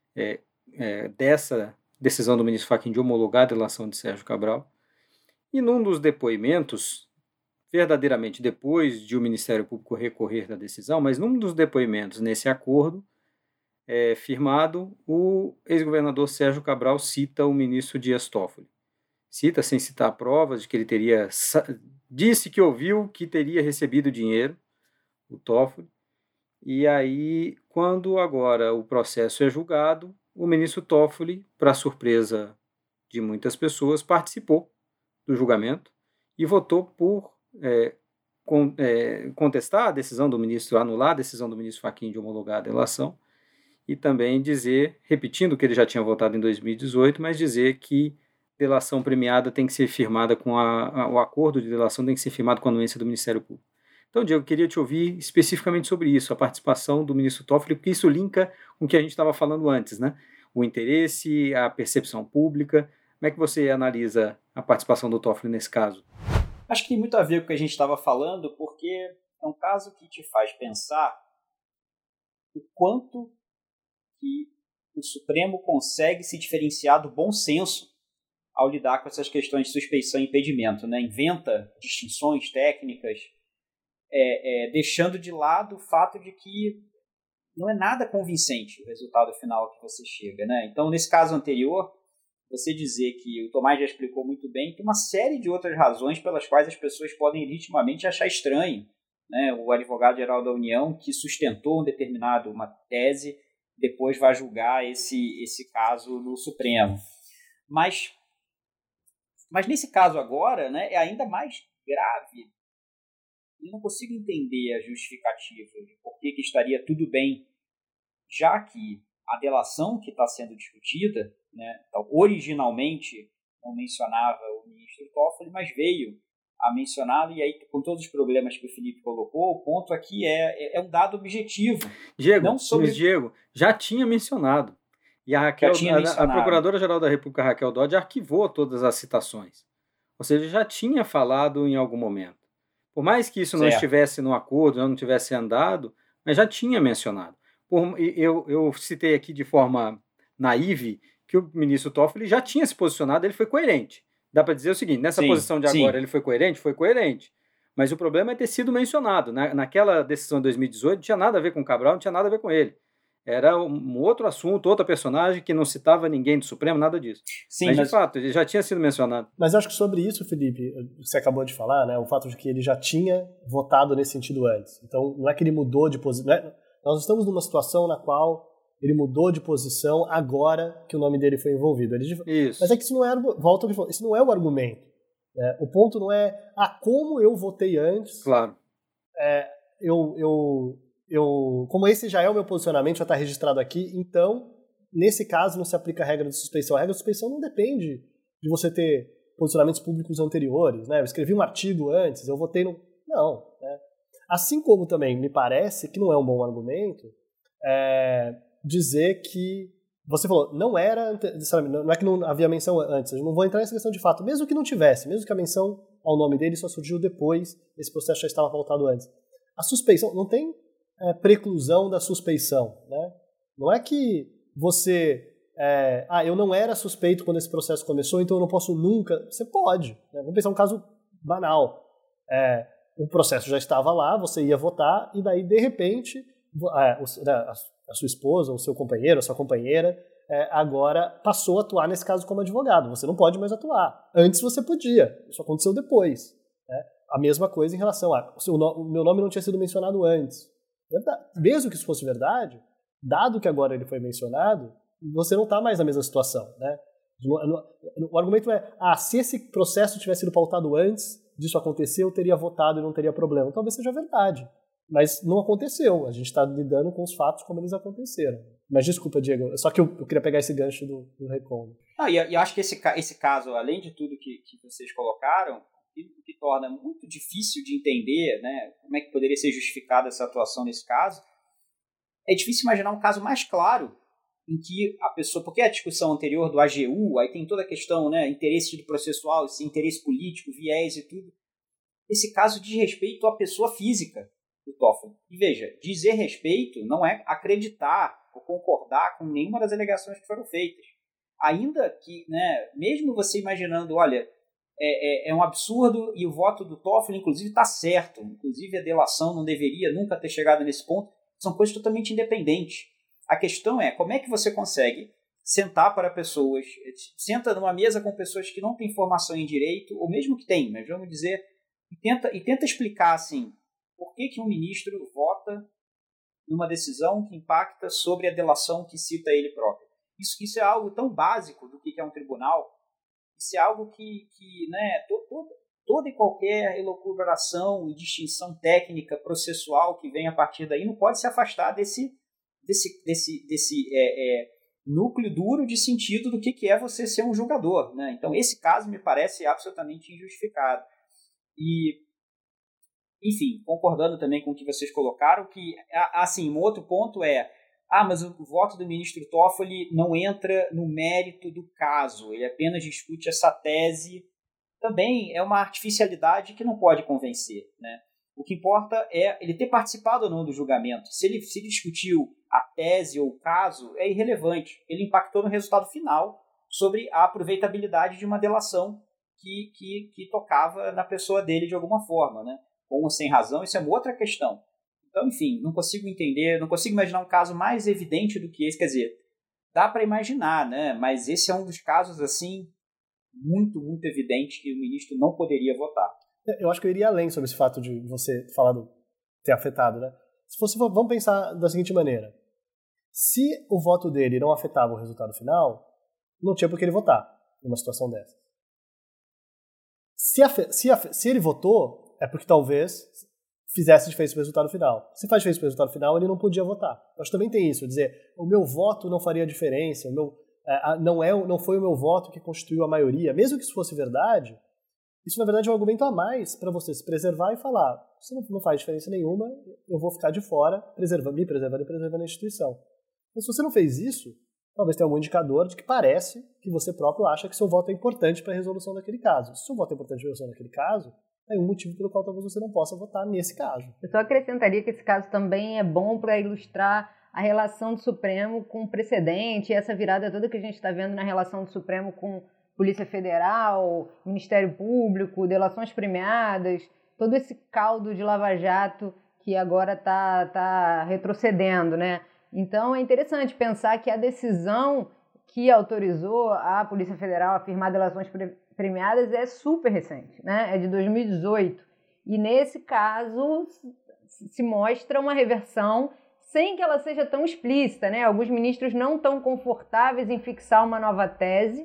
A: dessa decisão do ministro Fachin de homologar a delação de Sérgio Cabral. E num dos depoimentos, verdadeiramente depois de o Ministério Público recorrer da decisão, mas num dos depoimentos nesse acordo firmado, o ex-governador Sérgio Cabral cita o ministro Dias Toffoli. Cita, sem citar provas, de que ele disse que ouviu que teria recebido dinheiro, o Toffoli, e aí, quando agora o processo é julgado, o ministro Toffoli, para surpresa de muitas pessoas, participou do julgamento e votou por contestar a decisão do ministro, anular a decisão do ministro Fachin de homologar a delação, e também dizer, repetindo o que ele já tinha votado em 2018, mas dizer que delação premiada tem que ser firmada o acordo de delação tem que ser firmado com a anuência do Ministério Público. Então, Diego, eu queria te ouvir especificamente sobre isso, a participação do ministro Toffoli, porque isso linka com o que a gente estava falando antes, né? O interesse, a percepção pública. Como é que você analisa a participação do Toffoli nesse caso?
C: Acho que tem muito a ver com o que a gente estava falando, porque é um caso que te faz pensar o quanto que o Supremo consegue se diferenciar do bom senso ao lidar com essas questões de suspeição e impedimento, né? Inventa distinções técnicas, deixando de lado o fato de que não é nada convincente o resultado final que você chega, né? Então, nesse caso anterior, você dizer que o Tomás já explicou muito bem, tem uma série de outras razões pelas quais as pessoas podem legitimamente achar estranho, né? O advogado-geral da União, que sustentou uma tese, depois vai julgar esse caso no Supremo. Mas nesse caso agora, né, é ainda mais grave. Eu não consigo entender a justificativa de por que estaria tudo bem, já que a delação que está sendo discutida, né, originalmente não mencionava o ministro Toffoli, mas veio a mencioná-lo, e aí, com todos os problemas que o Felipe colocou, o ponto aqui é um dado objetivo.
A: Diego, já tinha mencionado. E a Procuradora-Geral da República, Raquel Dodge, arquivou todas as citações. Ou seja, já tinha falado em algum momento. Por mais que isso não estivesse no acordo, não tivesse andado, mas já tinha mencionado. Eu citei aqui de forma naive que o ministro Toffoli já tinha se posicionado, ele foi coerente. Dá para dizer o seguinte, nessa posição de agora ele foi coerente? Foi coerente. Mas o problema é ter sido mencionado. Naquela decisão de 2018 não tinha nada a ver com o Cabral, não tinha nada a ver com ele. Era um outro assunto, outra personagem que não citava ninguém do Supremo, nada disso. Mas de fato, ele já tinha sido mencionado.
D: Mas eu acho que sobre isso, Felipe, você acabou de falar, né, o fato de que ele já tinha votado nesse sentido antes. Então, não é que ele mudou de posição. Nós estamos numa situação na qual ele mudou de posição agora que o nome dele foi envolvido.
A: Isso.
D: Mas é que isso não é, isso não é o argumento. Né? O ponto não é como eu votei antes.
A: Claro.
D: Como esse já é o meu posicionamento, já está registrado aqui, então, nesse caso, não se aplica a regra de suspeição. A regra de suspeição não depende de você ter posicionamentos públicos anteriores. Né? Eu escrevi um artigo antes, eu votei no... Não. Né? Assim como também me parece que não é um bom argumento dizer que... Você falou, não era... Não é que não havia menção antes, eu não vou entrar nessa questão de fato. Mesmo que não tivesse, mesmo que a menção ao nome dele só surgiu depois, esse processo já estava pautado antes. A suspeição não tem... preclusão da suspeição, né? Não é que você eu não era suspeito quando esse processo começou, então eu não posso nunca. Você pode, né? Vamos pensar um caso banal. O processo já estava lá, você ia votar e daí de repente a sua esposa, o seu companheiro, a sua companheira agora passou a atuar nesse caso como advogado. Você não pode mais atuar. Antes você podia. Isso aconteceu depois. Né? A mesma coisa em relação o meu nome não tinha sido mencionado antes. Mesmo que isso fosse verdade, dado que agora ele foi mencionado, você não está mais na mesma situação, né? O argumento é, se esse processo tivesse sido pautado antes disso acontecer, eu teria votado e não teria problema. Talvez seja verdade, mas não aconteceu. A gente está lidando com os fatos como eles aconteceram. Mas desculpa, Diego, só que eu queria pegar esse gancho do Recon.
C: E acho que esse caso, além de tudo que vocês colocaram, o que torna muito difícil de entender, né, como é que poderia ser justificada essa atuação nesse caso, é difícil imaginar um caso mais claro em que a pessoa, porque a discussão anterior do AGU, aí tem toda a questão, né, interesse do processual, esse interesse político, viés e tudo. Esse caso diz respeito à pessoa física do Toffoli. E veja, dizer respeito não é acreditar ou concordar com nenhuma das alegações que foram feitas. Ainda que, né, mesmo você imaginando, olha, é um absurdo e o voto do Toffoli, inclusive, está certo, inclusive a delação não deveria nunca ter chegado nesse ponto, são coisas totalmente independentes. A questão é como é que você consegue sentar para pessoas, senta numa mesa com pessoas que não têm formação em direito, ou mesmo que têm, mas vamos dizer, e tenta explicar assim, por que um ministro vota numa decisão que impacta sobre a delação que cita ele próprio. Isso é algo tão básico do que é um tribunal, isso é algo que né, toda e qualquer elucubração e distinção técnica, processual que vem a partir daí não pode se afastar desse núcleo duro de sentido do que é você ser um julgador, né? Então, esse caso me parece absolutamente injustificado. E, enfim, concordando também com o que vocês colocaram, que, assim, um outro ponto mas o voto do ministro Toffoli não entra no mérito do caso, ele apenas discute essa tese. Também é uma artificialidade que não pode convencer, né? O que importa é ele ter participado ou não do julgamento. Se ele discutiu a tese ou o caso, é irrelevante. Ele impactou no resultado final sobre a aproveitabilidade de uma delação que tocava na pessoa dele de alguma forma, né? Com ou sem razão, isso é uma outra questão. Então, enfim, não consigo entender, não consigo imaginar um caso mais evidente do que esse. Quer dizer, dá para imaginar, né? Mas esse é um dos casos, assim, muito, muito evidente que o ministro não poderia votar.
D: Eu acho que eu iria além sobre esse fato de você falar do ter afetado, né? Vamos pensar da seguinte maneira. Se o voto dele não afetava o resultado final, não tinha por que ele votar numa situação dessa. Se ele votou, é porque talvez fizesse diferença para o resultado final. Se faz diferença para o resultado final, ele não podia votar. Eu acho que também tem isso, dizer, o meu voto não faria diferença, não foi o meu voto que constituiu a maioria. Mesmo que isso fosse verdade, isso na verdade é um argumento a mais para você se preservar e falar, se não faz diferença nenhuma, eu vou ficar de fora, me preservando e preservando a instituição. Mas se você não fez isso, talvez tenha algum indicador de que parece que você próprio acha que seu voto é importante para a resolução daquele caso. Se seu voto é importante para a resolução daquele caso, é um motivo pelo qual talvez você não possa votar nesse caso.
B: Eu só acrescentaria que esse caso também é bom para ilustrar a relação do Supremo com o precedente, essa virada toda que a gente está vendo na relação do Supremo com Polícia Federal, Ministério Público, delações premiadas, todo esse caldo de lava-jato que agora está retrocedendo, né? Então é interessante pensar que a decisão que autorizou a Polícia Federal a firmar delações premiadas é super recente, né? É de 2018. E nesse caso se mostra uma reversão sem que ela seja tão explícita, né? Alguns ministros não estão confortáveis em fixar uma nova tese.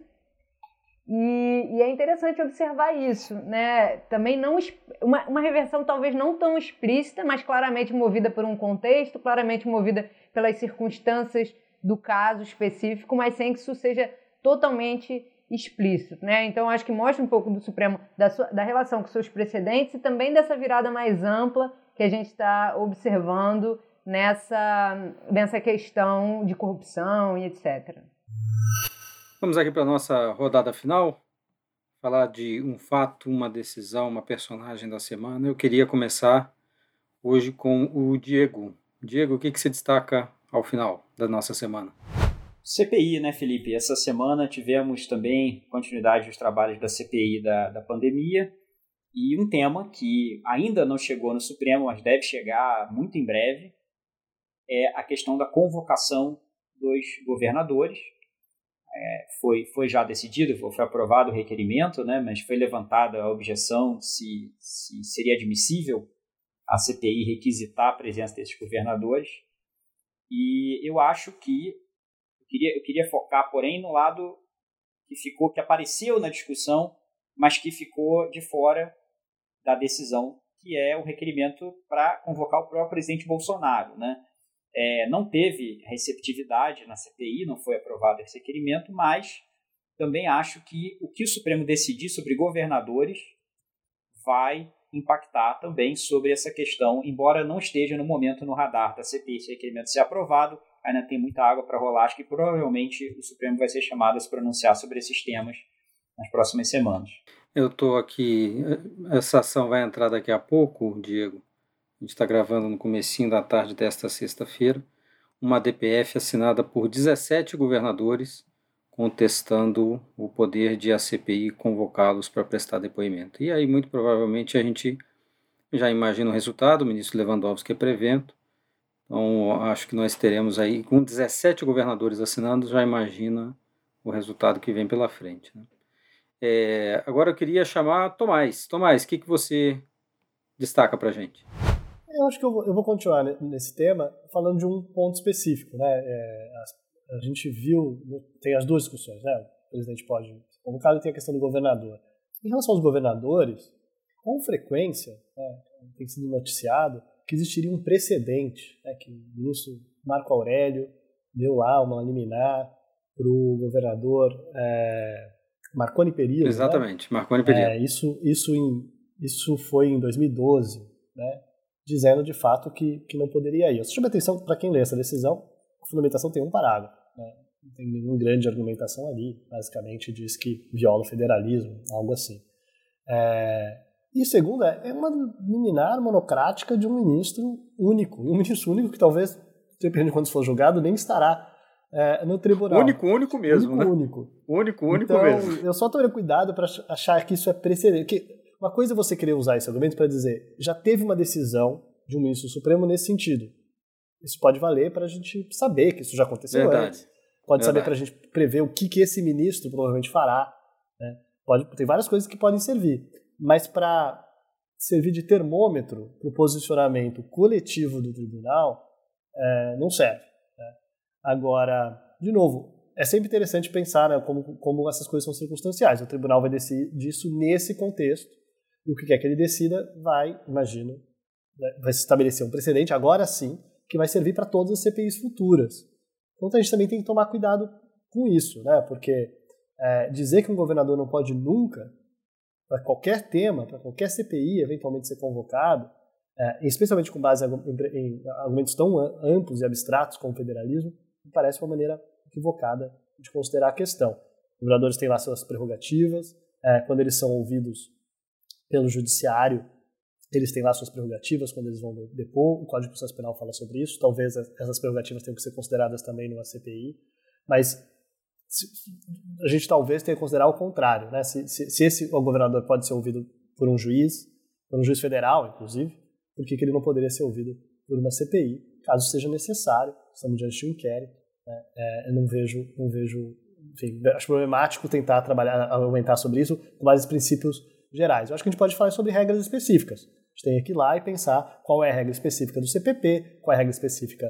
B: E é interessante observar isso, né? Também não uma reversão talvez não tão explícita, mas claramente movida por um contexto, claramente movida pelas circunstâncias do caso específico, mas sem que isso seja totalmente explícito, né? Então acho que mostra um pouco do Supremo, da relação com seus precedentes e também dessa virada mais ampla que a gente está observando nessa questão de corrupção e etc.
A: Vamos aqui para a nossa rodada final, falar de um fato, uma decisão, uma personagem da semana. Eu queria começar hoje com o Diego. Diego, o que você destaca ao final da nossa semana?
C: CPI, né, Felipe? Essa semana tivemos também continuidade dos trabalhos da CPI da pandemia e um tema que ainda não chegou no Supremo, mas deve chegar muito em breve, é a questão da convocação dos governadores. Foi já decidido, foi aprovado o requerimento, né, mas foi levantada a objeção se seria admissível a CPI requisitar a presença desses governadores. E eu acho que eu queria focar, porém, no lado que apareceu na discussão, mas que ficou de fora da decisão, que é o requerimento para convocar o próprio presidente Bolsonaro, né? Não teve receptividade na CPI, não foi aprovado esse requerimento, mas também acho que o Supremo decidir sobre governadores vai impactar também sobre essa questão, embora não esteja no momento no radar da CPI esse requerimento ser aprovado, ainda tem muita água para rolar, acho que provavelmente o Supremo vai ser chamado a se pronunciar sobre esses temas nas próximas semanas.
A: Eu estou aqui, essa ação vai entrar daqui a pouco, Diego. A gente está gravando no comecinho da tarde desta sexta-feira, uma DPF assinada por 17 governadores contestando o poder de a CPI convocá-los para prestar depoimento. E aí, muito provavelmente, a gente já imagina o resultado, o ministro Lewandowski é prevento. Então, acho que nós teremos aí, com 17 governadores assinando, já imagina o resultado que vem pela frente, né? Agora eu queria chamar Tomás. Tomás, o que você destaca para a gente?
D: Eu acho que eu vou continuar nesse tema falando de um ponto específico, né? A gente viu, tem as duas discussões, né? O presidente pode ser convocado e tem a questão do governador. Em relação aos governadores, com frequência, né, tem sido noticiado que existiria um precedente, né, que o ministro Marco Aurélio deu lá uma liminar para o governador Marconi Perillo.
A: Exatamente,
D: né?
A: Marconi Perillo.
D: Isso foi em 2012, né, dizendo de fato que não poderia ir. Eu chamo a atenção para quem lê essa decisão. A fundamentação tem um parágrafo, né? Não tem nenhuma grande argumentação ali, basicamente diz que viola o federalismo, algo assim. E segundo, é uma liminar monocrática de um ministro único, e um ministro único que talvez, dependendo de quando for julgado, nem estará no tribunal.
A: Único mesmo, né? Único
D: então,
A: mesmo.
D: Eu só tomei cuidado para achar que isso é precedente. Porque uma coisa é você querer usar esse argumento para dizer, já teve uma decisão de um ministro supremo nesse sentido. Isso pode valer para a gente saber que isso já aconteceu antes. Pode saber para a gente prever o que esse ministro provavelmente fará. Né? Tem várias coisas que podem servir. Mas para servir de termômetro para o posicionamento coletivo do tribunal, não serve. Né? Agora, de novo, é sempre interessante pensar, né, como essas coisas são circunstanciais. O tribunal vai decidir disso nesse contexto. E o que quer que ele decida vai se estabelecer um precedente, agora sim, que vai servir para todas as CPIs futuras. Então a gente também tem que tomar cuidado com isso, né? Porque dizer que um governador não pode nunca, para qualquer tema, para qualquer CPI eventualmente ser convocado, especialmente com base em argumentos tão amplos e abstratos como o federalismo, me parece uma maneira equivocada de considerar a questão. Os governadores têm lá suas prerrogativas, quando eles são ouvidos pelo judiciário, eles têm lá suas prerrogativas quando eles vão depor, o Código de Processo Penal fala sobre isso, talvez essas prerrogativas tenham que ser consideradas também numa CPI, mas a gente talvez tenha que considerar o contrário, né? Se o governador pode ser ouvido por um juiz federal, inclusive, por que ele não poderia ser ouvido por uma CPI, caso seja necessário? Estamos diante de um inquérito, né? Eu não vejo, enfim, acho problemático tentar argumentar sobre isso com base nos princípios gerais. Eu acho que a gente pode falar sobre regras específicas. A gente tem que ir lá e pensar qual é a regra específica do CPP, qual é a regra específica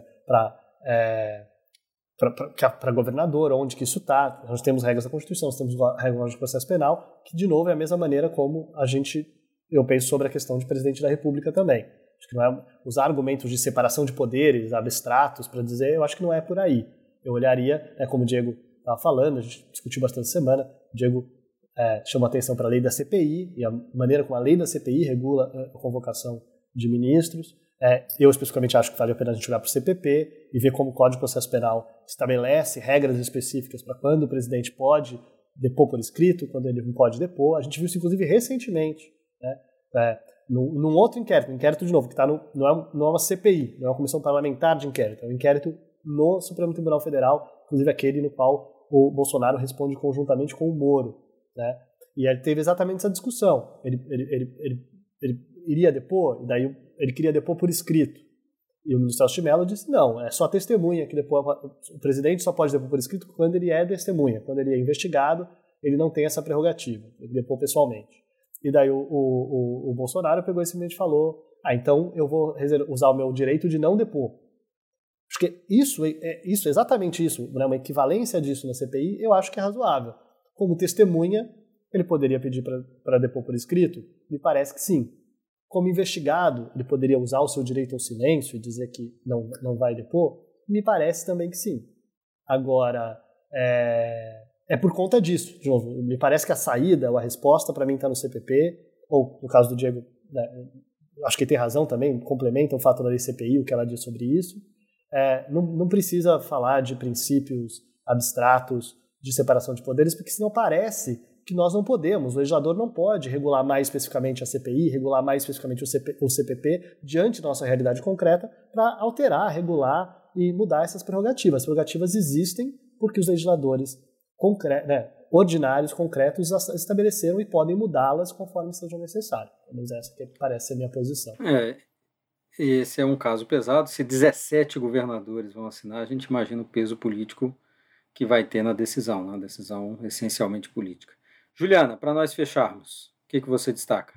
D: para governador, onde que isso está. Nós temos regras da Constituição, nós temos regras do processo penal, que, de novo, é a mesma maneira como eu penso sobre a questão de presidente da República também. Acho que não é usar argumentos de separação de poderes abstratos para dizer, eu acho que não é por aí. Eu olharia, como o Diego estava falando, a gente discutiu bastante semana, o Diego chamou atenção para a lei da CPI e a maneira como a lei da CPI regula a convocação de ministros. Eu especificamente acho que vale a pena a gente olhar para o CPP e ver como o Código de Processo Penal estabelece regras específicas para quando o presidente pode depor por escrito, quando ele não pode depor. A gente viu isso, inclusive, recentemente, né? Num outro inquérito de novo, que não é uma CPI, não é uma comissão parlamentar de inquérito, é um inquérito no Supremo Tribunal Federal, inclusive aquele no qual o Bolsonaro responde conjuntamente com o Moro. Né? E aí teve exatamente essa discussão. Ele iria depor, e daí ele queria depor por escrito. E o ministro Celso de Mello disse, não, é só testemunha que depor. O presidente só pode depor por escrito quando ele é testemunha. Quando ele é investigado, ele não tem essa prerrogativa. Ele depor pessoalmente. E daí o Bolsonaro pegou esse momento e falou, então eu vou usar o meu direito de não depor. Porque exatamente isso, né, uma equivalência disso na CPI, eu acho que é razoável. Como testemunha, ele poderia pedir para depor por escrito? Me parece que sim. Como investigado, ele poderia usar o seu direito ao silêncio e dizer que não vai depor? Me parece também que sim. Agora, é por conta disso, de novo, me parece que a saída ou a resposta para mim está no CPP, ou no caso do Diego, né, acho que tem razão também, complementa o fato da lei CPI, o que ela diz sobre isso. Não precisa falar de princípios abstratos de separação de poderes, porque senão parece que nós não podemos, o legislador não pode regular mais especificamente a CPI, regular mais especificamente o CPP diante da nossa realidade concreta para alterar, regular e mudar essas prerrogativas. As prerrogativas existem porque os legisladores ordinários, concretos, estabeleceram e podem mudá-las conforme seja necessário. Pelo menos essa que parece ser a minha posição.
A: Esse é um caso pesado. Se 17 governadores vão assinar, a gente imagina o peso político que vai ter na decisão, né? Uma decisão essencialmente política. Juliana, para nós fecharmos, o que você destaca?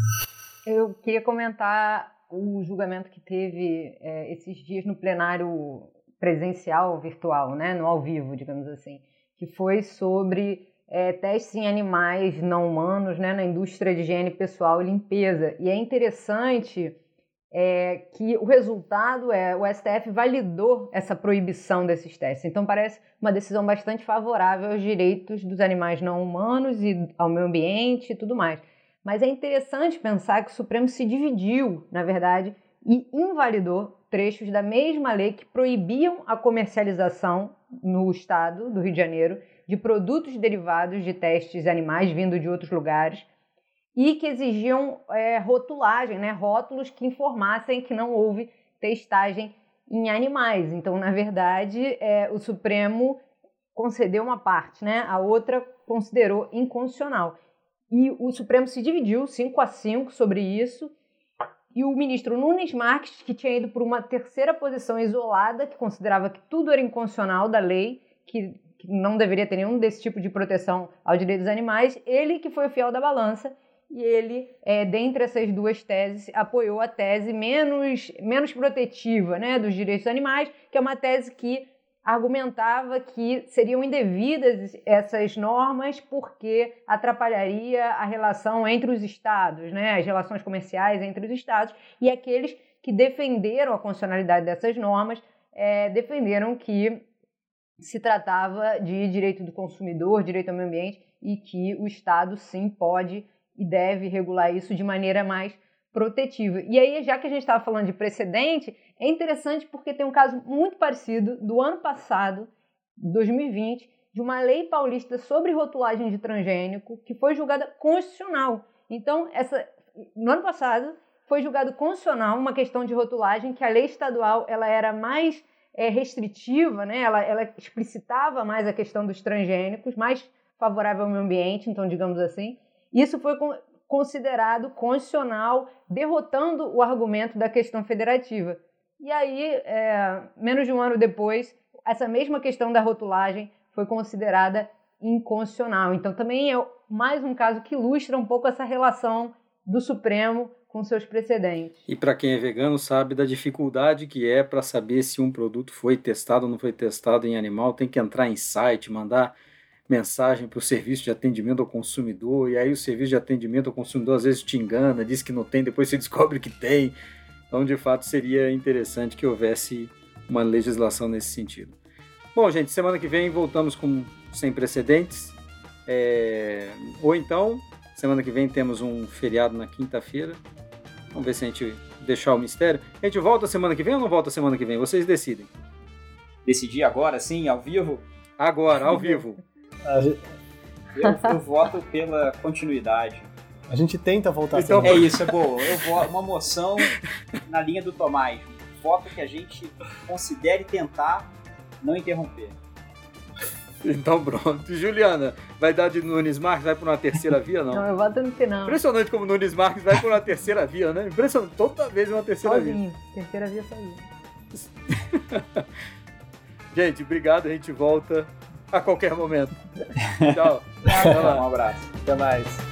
B: Eu queria comentar o julgamento que teve esses dias no plenário presencial, virtual, né? No ao vivo, digamos assim, que foi sobre testes em animais não humanos, né? Na indústria de higiene pessoal e limpeza. E é interessante que o resultado o STF validou essa proibição desses testes. Então parece uma decisão bastante favorável aos direitos dos animais não humanos e ao meio ambiente e tudo mais. Mas é interessante pensar que o Supremo se dividiu, na verdade, e invalidou trechos da mesma lei que proibiam a comercialização no estado do Rio de Janeiro de produtos derivados de testes animais vindo de outros lugares, e que exigiam rotulagem, né? Rótulos que informassem que não houve testagem em animais. Então, na verdade, o Supremo concedeu uma parte, né? A outra considerou inconstitucional. E o Supremo se dividiu 5-5 sobre isso, e o ministro Nunes Marques, que tinha ido por uma terceira posição isolada, que considerava que tudo era inconstitucional da lei, que não deveria ter nenhum desse tipo de proteção ao direito dos animais, ele que foi o fiel da balança. E ele, dentre essas duas teses, apoiou a tese menos protetiva, né, dos direitos dos animais, que é uma tese que argumentava que seriam indevidas essas normas porque atrapalharia a relação entre os estados, né, as relações comerciais entre os estados, e aqueles que defenderam a constitucionalidade dessas normas defenderam que se tratava de direito do consumidor, direito ao meio ambiente, e que o Estado sim pode e deve regular isso de maneira mais protetiva. E aí, já que a gente estava falando de precedente, é interessante porque tem um caso muito parecido do ano passado, 2020, de uma lei paulista sobre rotulagem de transgênico que foi julgada constitucional. Então, no ano passado, foi julgado constitucional uma questão de rotulagem que a lei estadual ela era mais restritiva, né? Ela explicitava mais a questão dos transgênicos, mais favorável ao meio ambiente, então, digamos assim. Isso foi considerado constitucional, derrotando o argumento da questão federativa. E aí, menos de um ano depois, essa mesma questão da rotulagem foi considerada inconstitucional. Então, também é mais um caso que ilustra um pouco essa relação do Supremo com seus precedentes.
A: E para quem é vegano sabe da dificuldade que é para saber se um produto foi testado ou não foi testado em animal, tem que entrar em site, mandar mensagem para o serviço de atendimento ao consumidor, e aí o serviço de atendimento ao consumidor às vezes te engana, diz que não tem, depois você descobre que tem. Então, de fato, seria interessante que houvesse uma legislação nesse sentido. Bom, gente, semana que vem voltamos com Sem Precedentes, ou então, semana que vem temos um feriado na quinta-feira. Vamos ver se a gente deixar o mistério. A gente volta semana que vem ou não volta semana que vem? Vocês decidem.
C: Decidir agora, sim, ao vivo?
A: Agora, ao vivo.
C: Eu voto pela continuidade.
D: A gente tenta voltar
C: então, é isso, é boa. Eu voto uma moção na linha do Tomás. Voto que a gente considere tentar não interromper.
A: Então pronto. Juliana, vai dar de Nunes Marques, vai por uma terceira via, não?
B: Não, eu voto no final.
A: Impressionante como Nunes Marques vai por uma terceira via, né? Impressionante, toda vez uma terceira
B: sozinho.
A: via.
B: Terceira via sozinho.
A: Gente, obrigado, a gente volta a qualquer momento. Tchau.
C: Um abraço.
D: Até mais.